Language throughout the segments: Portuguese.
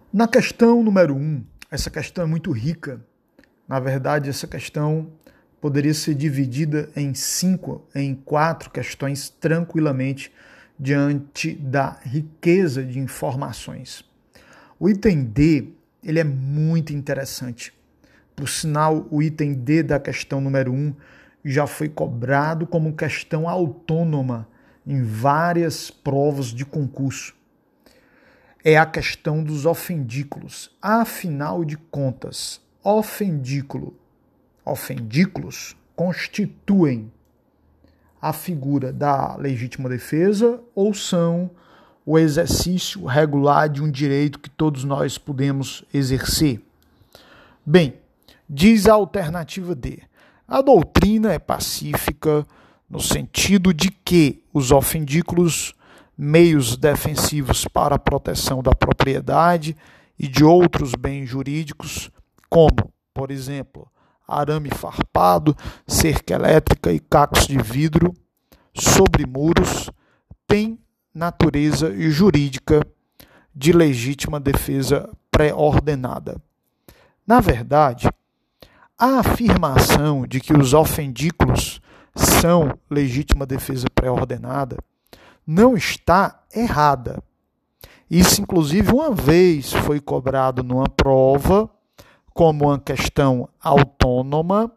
Na questão número 1, essa questão é muito rica. Na verdade, essa questão poderia ser dividida em 4 questões tranquilamente diante da riqueza de informações. O item D, ele é muito interessante. Por sinal, o item D da questão número 1 já foi cobrado como questão autônoma em várias provas de concurso. É a questão dos ofendículos. Afinal de contas, ofendículos constituem a figura da legítima defesa ou são o exercício regular de um direito que todos nós podemos exercer? Bem, diz a alternativa D. A doutrina é pacífica no sentido de que os ofendículos, meios defensivos para a proteção da propriedade e de outros bens jurídicos, como, por exemplo, arame farpado, cerca elétrica e cacos de vidro sobre muros, têm natureza jurídica de legítima defesa pré-ordenada. Na verdade, a afirmação de que os ofendículos são legítima defesa pré-ordenada não está errada. Isso, inclusive, uma vez foi cobrado numa prova como uma questão autônoma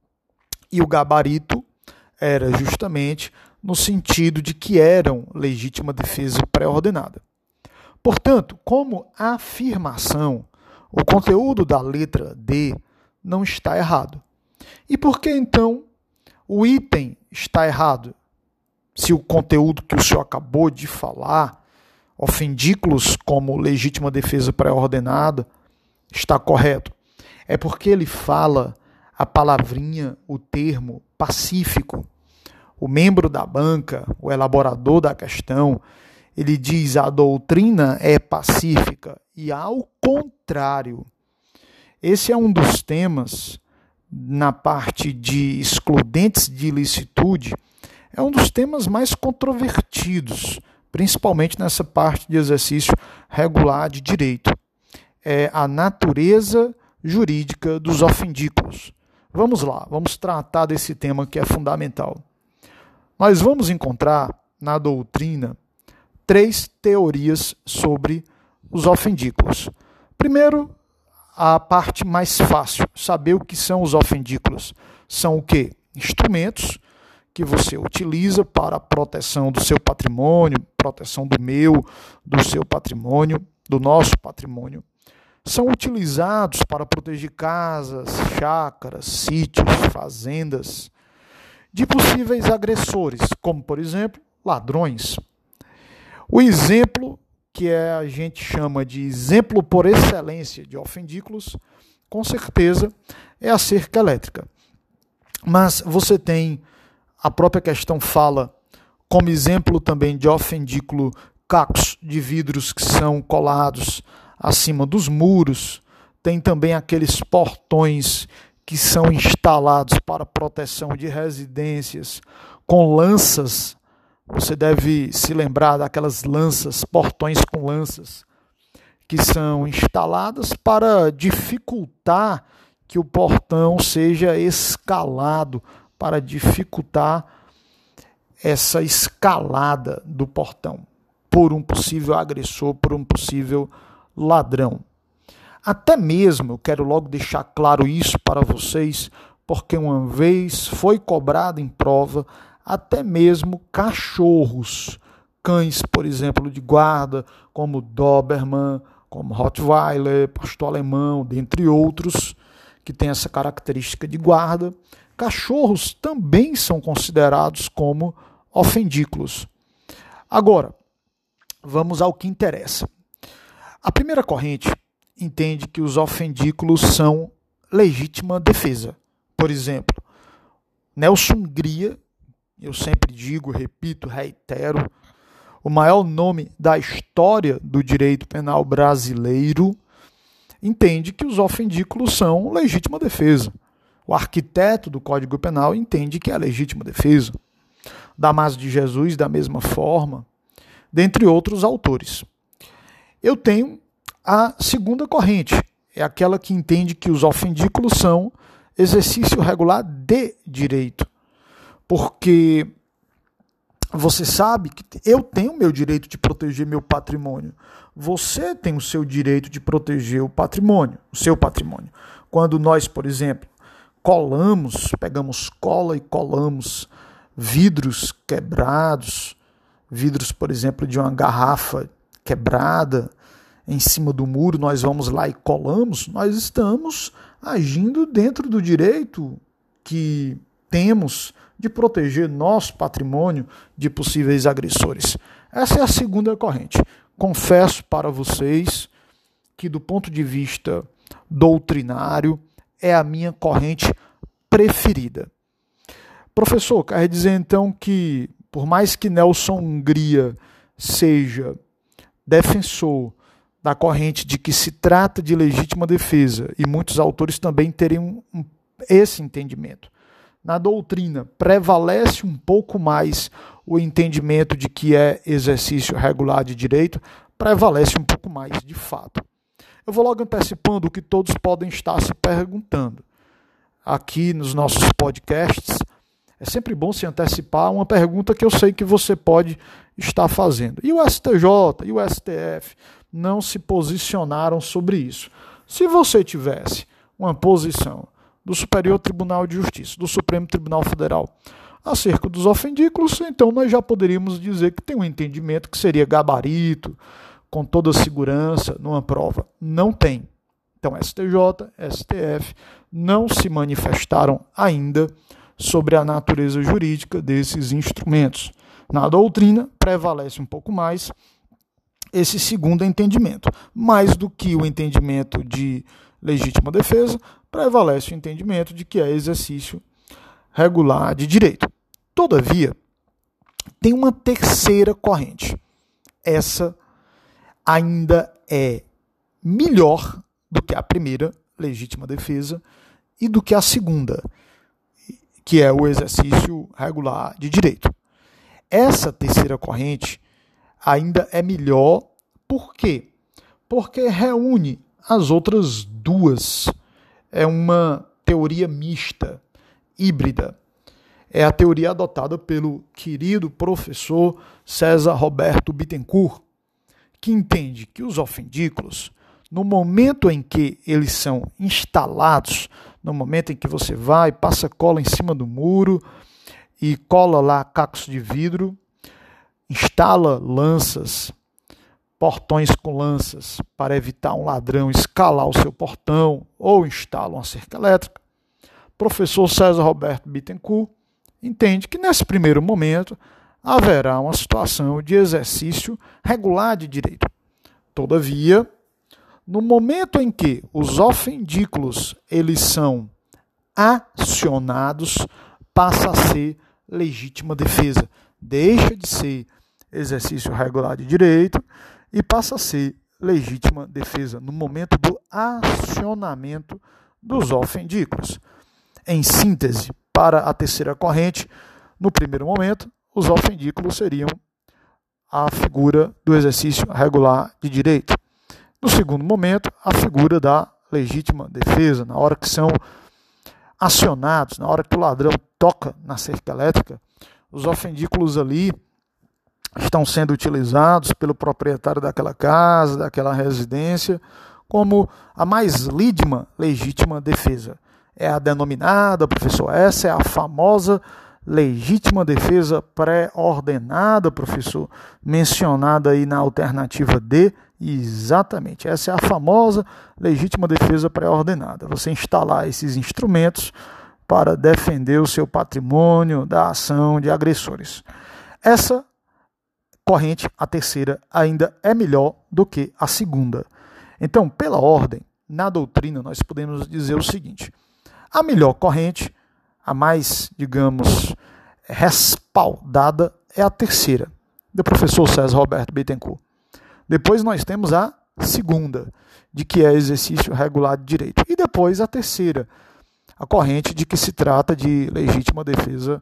e o gabarito era justamente no sentido de que eram legítima defesa pré-ordenada. Portanto, como afirmação, o conteúdo da letra D não está errado. E por que, então, o item está errado? Se o conteúdo que o senhor acabou de falar, ofendículos como legítima defesa pré-ordenada, está correto. É porque ele fala a palavrinha, o termo pacífico. O membro da banca, o elaborador da questão, ele diz a doutrina é pacífica e ao contrário. Esse é um dos temas na parte de excludentes de ilicitude, é um dos temas mais controvertidos, principalmente nessa parte de exercício regular de direito. É a natureza jurídica dos ofendículos. Vamos lá, vamos tratar desse tema que é fundamental. Nós vamos encontrar na doutrina 3 teorias sobre os ofendículos. Primeiro, a parte mais fácil, saber o que são os ofendículos. São o quê? Instrumentos que você utiliza para a proteção do seu patrimônio, proteção do seu patrimônio, do nosso patrimônio. São utilizados para proteger casas, chácaras, sítios, fazendas, de possíveis agressores, como, por exemplo, ladrões. O exemplo que a gente chama de exemplo por excelência de ofendículos, com certeza é a cerca elétrica. Mas você tem, a própria questão fala, como exemplo também de ofendículo, cacos de vidros que são colados acima dos muros, tem também aqueles portões que são instalados para proteção de residências com lanças. Você deve se lembrar daquelas lanças, portões com lanças, que são instaladas para dificultar que o portão seja escalado, para dificultar essa escalada do portão por um possível agressor, por um possível ladrão. Até mesmo, eu quero logo deixar claro isso para vocês, porque uma vez foi cobrado em prova, até mesmo cachorros, cães, por exemplo, de guarda, como Doberman, como Rottweiler, pastor alemão, dentre outros, que tem essa característica de guarda, cachorros também são considerados como ofendículos. Agora, vamos ao que interessa. A primeira corrente entende que os ofendículos são legítima defesa. Por exemplo, Nelson Hungria, eu sempre digo, repito, reitero, o maior nome da história do direito penal brasileiro, entende que os ofendículos são legítima defesa. O arquiteto do Código Penal entende que é legítima defesa. Damásio de Jesus, da mesma forma, dentre outros autores. Eu tenho A segunda corrente é aquela que entende que os ofendículos são exercício regular de direito. Porque você sabe que eu tenho o meu direito de proteger meu patrimônio. Você tem o seu direito de proteger o patrimônio, o seu patrimônio. Quando nós, por exemplo, pegamos cola e colamos vidros quebrados, vidros, por exemplo, de uma garrafa quebrada em cima do muro, nós vamos lá e colamos, nós estamos agindo dentro do direito que temos de proteger nosso patrimônio de possíveis agressores. Essa é a segunda corrente. Confesso para vocês que, do ponto de vista doutrinário, é a minha corrente preferida. Professor, quer dizer então que, por mais que Nelson Hungria seja defensor da corrente de que se trata de legítima defesa, e muitos autores também terem esse entendimento, na doutrina prevalece um pouco mais o entendimento de que é exercício regular de direito, prevalece um pouco mais de fato. Eu vou logo antecipando o que todos podem estar se perguntando. Aqui nos nossos podcasts, é sempre bom se antecipar uma pergunta que eu sei que você pode estar fazendo. E o STJ e o STF não se posicionaram sobre isso. Se você tivesse uma posição do Superior Tribunal de Justiça, do Supremo Tribunal Federal, acerca dos ofendículos, então nós já poderíamos dizer que tem um entendimento que seria gabarito, com toda segurança, numa prova. Não tem. Então, STJ, STF não se manifestaram ainda sobre a natureza jurídica desses instrumentos. Na doutrina, prevalece um pouco mais esse segundo entendimento. Mais do que o entendimento de legítima defesa, prevalece o entendimento de que é exercício regular de direito. Todavia, tem uma terceira corrente. Essa ainda é melhor do que a primeira, legítima defesa, e do que a segunda, que é o exercício regular de direito. Essa terceira corrente ainda é melhor, por quê? Porque reúne as outras duas. É uma teoria mista, híbrida. É a teoria adotada pelo querido professor César Roberto Bittencourt, que entende que os ofendículos, no momento em que eles são instalados, no momento em que você vai, passa cola em cima do muro e cola lá cacos de vidro, instala lanças, portões com lanças para evitar um ladrão escalar o seu portão ou instala uma cerca elétrica. O professor César Roberto Bittencourt entende que nesse primeiro momento haverá uma situação de exercício regular de direito. Todavia, no momento em que os ofendículos eles são acionados, passa a ser legítima defesa. Deixa de ser exercício regular de direito e passa a ser legítima defesa no momento do acionamento dos ofendículos. Em síntese, para a terceira corrente, no primeiro momento, os ofendículos seriam a figura do exercício regular de direito. No segundo momento, a figura da legítima defesa, na hora que são acionados, na hora que o ladrão toca na cerca elétrica, os ofendículos ali estão sendo utilizados pelo proprietário daquela casa, daquela residência, como a mais lídima legítima defesa. É a denominada, professor, essa é a famosa legítima defesa pré-ordenada, professor, mencionada aí na alternativa D. Exatamente, essa é a famosa legítima defesa pré-ordenada. Você instalar esses instrumentos para defender o seu patrimônio da ação de agressores. Essa corrente, a terceira, ainda é melhor do que a segunda. Então, pela ordem, na doutrina, nós podemos dizer o seguinte: a melhor corrente, a mais, digamos, respaldada, é a terceira, do professor César Roberto Bittencourt. Depois nós temos a segunda, de que é exercício regular de direito. E depois a terceira, a corrente de que se trata de legítima defesa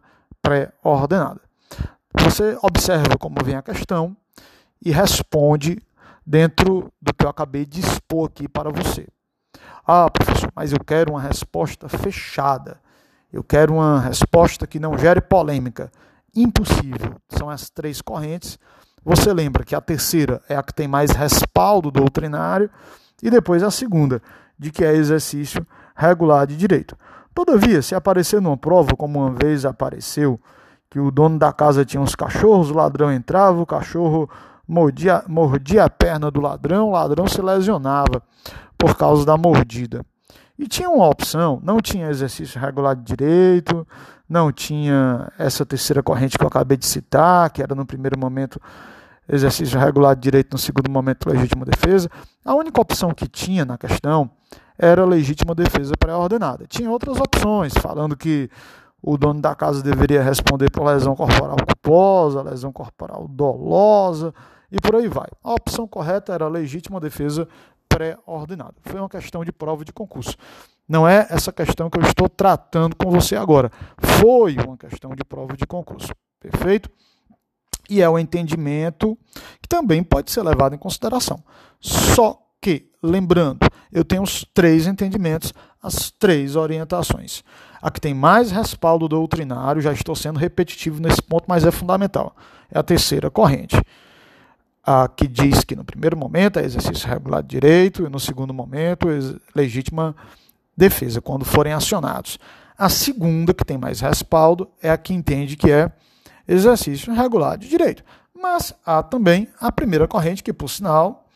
pré-ordenada. Você observa como vem a questão e responde dentro do que eu acabei de expor aqui para você. Ah, professor, mas eu quero uma resposta fechada. Eu quero uma resposta que não gere polêmica. Impossível. São as 3 correntes. Você lembra que a terceira é a que tem mais respaldo doutrinário e depois a segunda, de que é exercício regular de direito. Todavia, se aparecer numa prova, como uma vez apareceu, que o dono da casa tinha uns cachorros, o ladrão entrava, o cachorro mordia a perna do ladrão, o ladrão se lesionava por causa da mordida. E tinha uma opção, não tinha exercício regular de direito, não tinha essa terceira corrente que eu acabei de citar, que era no primeiro momento exercício regular de direito, no segundo momento legítima defesa. A única opção que tinha na questão era legítima defesa pré-ordenada. Tinha outras opções, falando que o dono da casa deveria responder por lesão corporal culposa, lesão corporal dolosa e por aí vai. A opção correta era legítima defesa pré-ordenada. Foi uma questão de prova de concurso. Não é essa questão que eu estou tratando com você agora. Foi uma questão de prova de concurso. Perfeito? E é um entendimento que também pode ser levado em consideração. Só que, lembrando, eu tenho os 3 entendimentos, as 3 orientações. A que tem mais respaldo doutrinário, já estou sendo repetitivo nesse ponto, mas é fundamental. É a terceira corrente. A que diz que no primeiro momento é exercício regular de direito e no segundo momento legítima defesa, quando forem acionados. A segunda, que tem mais respaldo, é a que entende que é exercício regular de direito. Mas há também a primeira corrente, que por sinal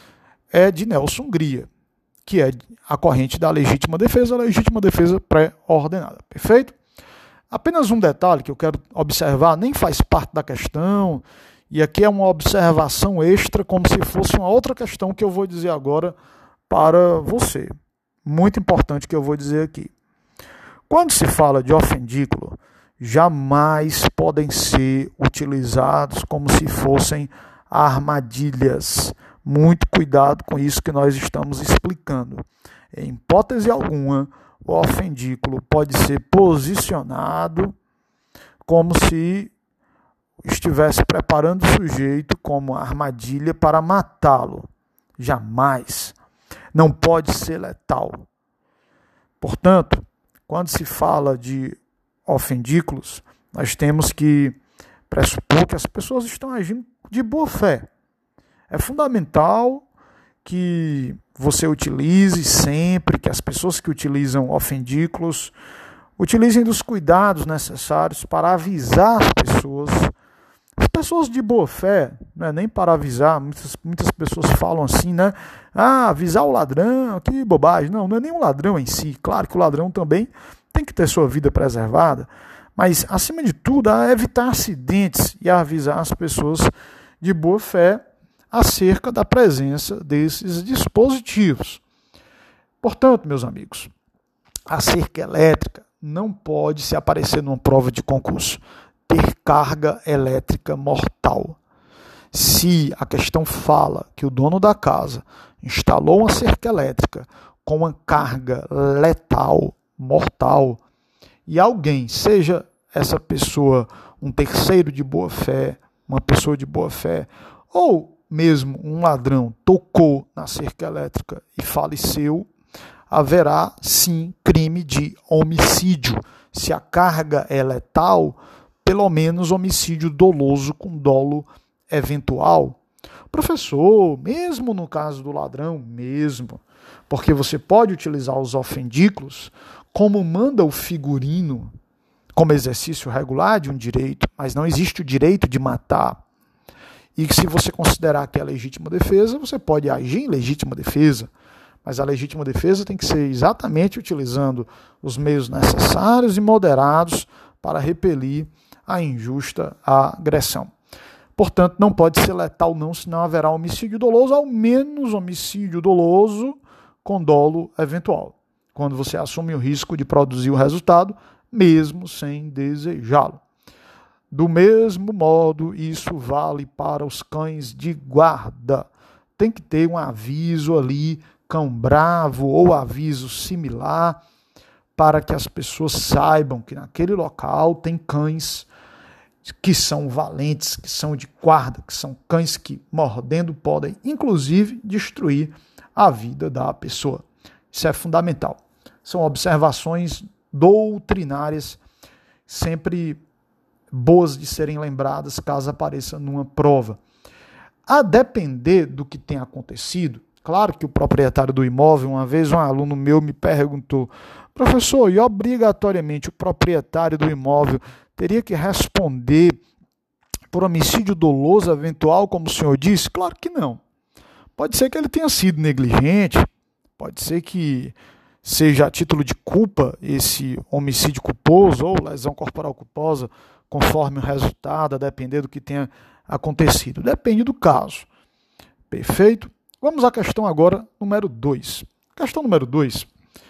é de Nelson Hungria, que é a corrente da legítima defesa pré-ordenada. Perfeito? Apenas um detalhe que eu quero observar, nem faz parte da questão, e aqui é uma observação extra, como se fosse uma outra questão que eu vou dizer agora para você. Muito importante que eu vou dizer aqui. Quando se fala de ofendículo, jamais podem ser utilizados como se fossem armadilhas. Muito cuidado com isso que nós estamos explicando. Em hipótese alguma, o ofendículo pode ser posicionado como se estivesse preparando o sujeito como armadilha para matá-lo. Jamais. Não pode ser letal. Portanto, quando se fala de ofendículos, nós temos que pressupor que as pessoas estão agindo de boa fé. É fundamental que você utilize sempre, que as pessoas que utilizam ofendículos utilizem dos cuidados necessários para avisar as pessoas. As pessoas de boa fé, não é nem para avisar, muitas pessoas falam assim, né? Ah, avisar o ladrão, que bobagem. Não, não é nem o ladrão em si. Claro que o ladrão também tem que ter sua vida preservada, mas, acima de tudo, a evitar acidentes e a avisar as pessoas de boa fé acerca da presença desses dispositivos. Portanto, meus amigos, a cerca elétrica não pode se aparecer numa prova de concurso, ter carga elétrica mortal. Se a questão fala que o dono da casa instalou uma cerca elétrica com uma carga letal, mortal, e alguém, seja essa pessoa um terceiro de boa fé, uma pessoa de boa fé, ou mesmo um ladrão tocou na cerca elétrica e faleceu, haverá sim crime de homicídio. Se a carga é letal, pelo menos homicídio doloso com dolo eventual. Professor, mesmo no caso do ladrão, mesmo, porque você pode utilizar os ofendículos como manda o figurino, como exercício regular de um direito, mas não existe o direito de matar. E se você considerar que é legítima defesa, você pode agir em legítima defesa, mas a legítima defesa tem que ser exatamente utilizando os meios necessários e moderados para repelir a injusta agressão. Portanto, não pode ser letal não, senão haverá homicídio doloso, ao menos homicídio doloso com dolo eventual, quando você assume o risco de produzir o resultado, mesmo sem desejá-lo. Do mesmo modo, isso vale para os cães de guarda. Tem que ter um aviso ali, cão bravo ou aviso similar, para que as pessoas saibam que naquele local tem cães que são valentes, que são de guarda, que são cães que, mordendo, podem, inclusive, destruir a vida da pessoa. Isso é fundamental. São observações doutrinárias, sempre boas de serem lembradas caso apareça numa prova. A depender do que tenha acontecido, claro que o proprietário do imóvel, uma vez um aluno meu me perguntou: professor, e obrigatoriamente o proprietário do imóvel teria que responder por homicídio doloso eventual, como o senhor disse? Claro que não. Pode ser que ele tenha sido negligente, pode ser que seja a título de culpa esse homicídio culposo ou lesão corporal culposa, conforme o resultado, a depender do que tenha acontecido. Depende do caso. Perfeito? Vamos à questão agora número 2. A questão número 2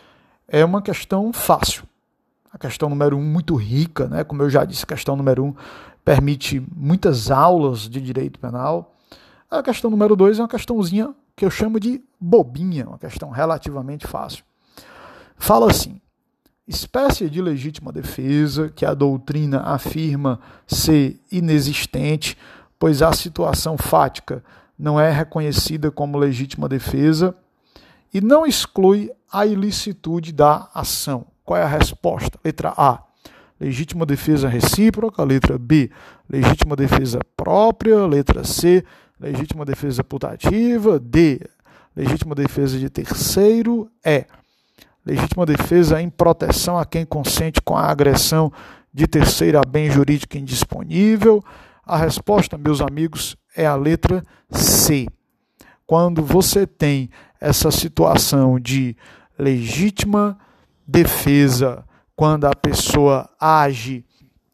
é uma questão fácil. A questão número 1 muito rica, né? Como eu já disse, a questão número 1 permite muitas aulas de direito penal. A questão número 2 é uma questãozinha que eu chamo de bobinha, uma questão relativamente fácil. Fala assim: espécie de legítima defesa que a doutrina afirma ser inexistente, pois a situação fática não é reconhecida como legítima defesa e não exclui a ilicitude da ação. Qual é a resposta? Letra A, legítima defesa recíproca. Letra B, legítima defesa própria. Letra C, legítima defesa putativa. D, legítima defesa de terceiro. E, legítima defesa em proteção a quem consente com a agressão de terceiro a bem jurídico indisponível. A resposta, meus amigos, é a letra C. Quando você tem essa situação de legítima defesa, quando a pessoa age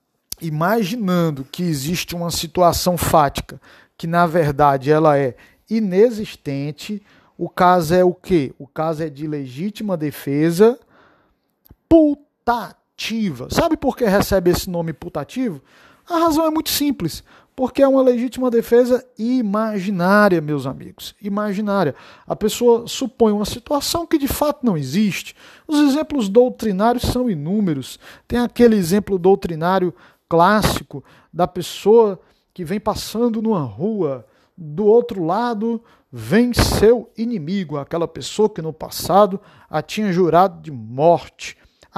imaginando que existe uma situação fática, que na verdade ela é inexistente, o caso é o quê? O caso é de legítima defesa putativa. Sabe por que recebe esse nome putativo? A razão é muito simples, porque é uma legítima defesa imaginária, meus amigos, imaginária. A pessoa supõe uma situação que de fato não existe. Os exemplos doutrinários são inúmeros. Tem aquele exemplo doutrinário clássico da pessoa que vem passando numa rua, do outro lado vem seu inimigo, aquela pessoa que no passado a tinha jurado de morte.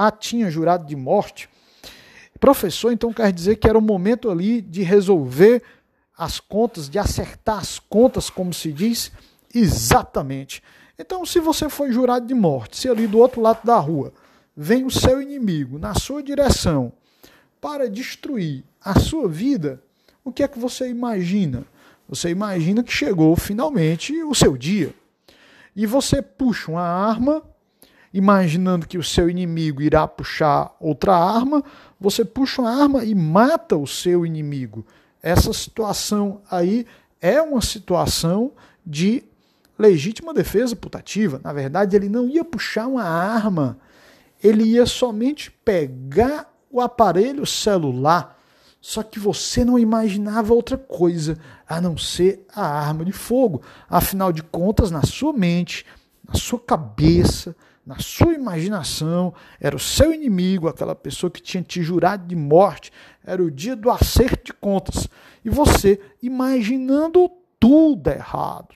Professor, então quer dizer que era o momento ali de resolver as contas, de acertar as contas, como se diz? Exatamente. Então, se você foi jurado de morte, se ali do outro lado da rua vem o seu inimigo na sua direção para destruir a sua vida, o que é que você imagina? Você imagina que chegou finalmente o seu dia. E você puxa uma arma, imaginando que o seu inimigo irá puxar outra arma, você puxa uma arma e mata o seu inimigo. Essa situação aí é uma situação de legítima defesa putativa. Na verdade, ele não ia puxar uma arma, ele ia somente pegar o aparelho celular. Só que você não imaginava outra coisa a não ser a arma de fogo. Afinal de contas, na sua mente, na sua cabeça, na sua imaginação, era o seu inimigo, aquela pessoa que tinha te jurado de morte, era o dia do acerto de contas. E você imaginando tudo errado,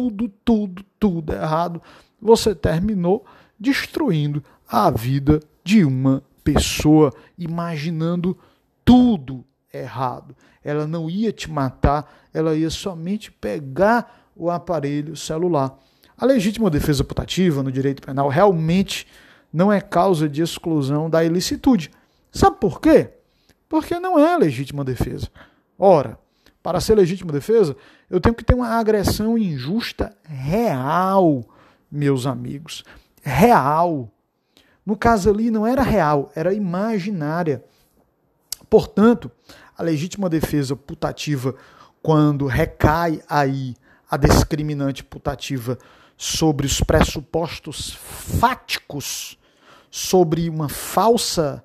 tudo errado, você terminou destruindo a vida de uma pessoa, imaginando tudo errado. Ela não ia te matar, ela ia somente pegar o aparelho celular. A legítima defesa putativa no direito penal realmente não é causa de exclusão da ilicitude. Sabe por quê? Porque não é legítima defesa. Ora, para ser legítima defesa, eu tenho que ter uma agressão injusta real, meus amigos. Real. No caso ali não era real, era imaginária. Portanto, a legítima defesa putativa, quando recai aí a discriminante putativa sobre os pressupostos fáticos, sobre uma falsa,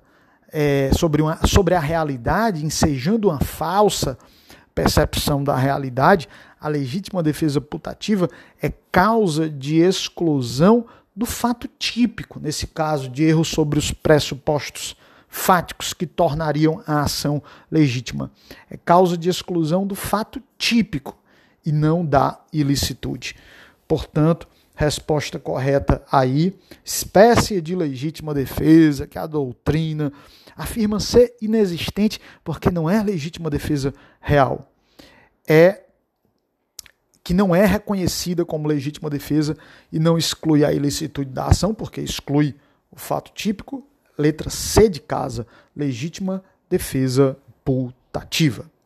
sobre a realidade, ensejando uma falsa percepção da realidade, a legítima defesa putativa é causa de exclusão do fato típico, nesse caso de erro sobre os pressupostos fáticos que tornariam a ação legítima. É causa de exclusão do fato típico e não da ilicitude. Portanto, resposta correta aí, espécie de legítima defesa que a doutrina afirma ser inexistente porque não é legítima defesa real. É que não é reconhecida como legítima defesa e não exclui a ilicitude da ação, porque exclui o fato típico. Letra C de casa, legítima defesa putativa.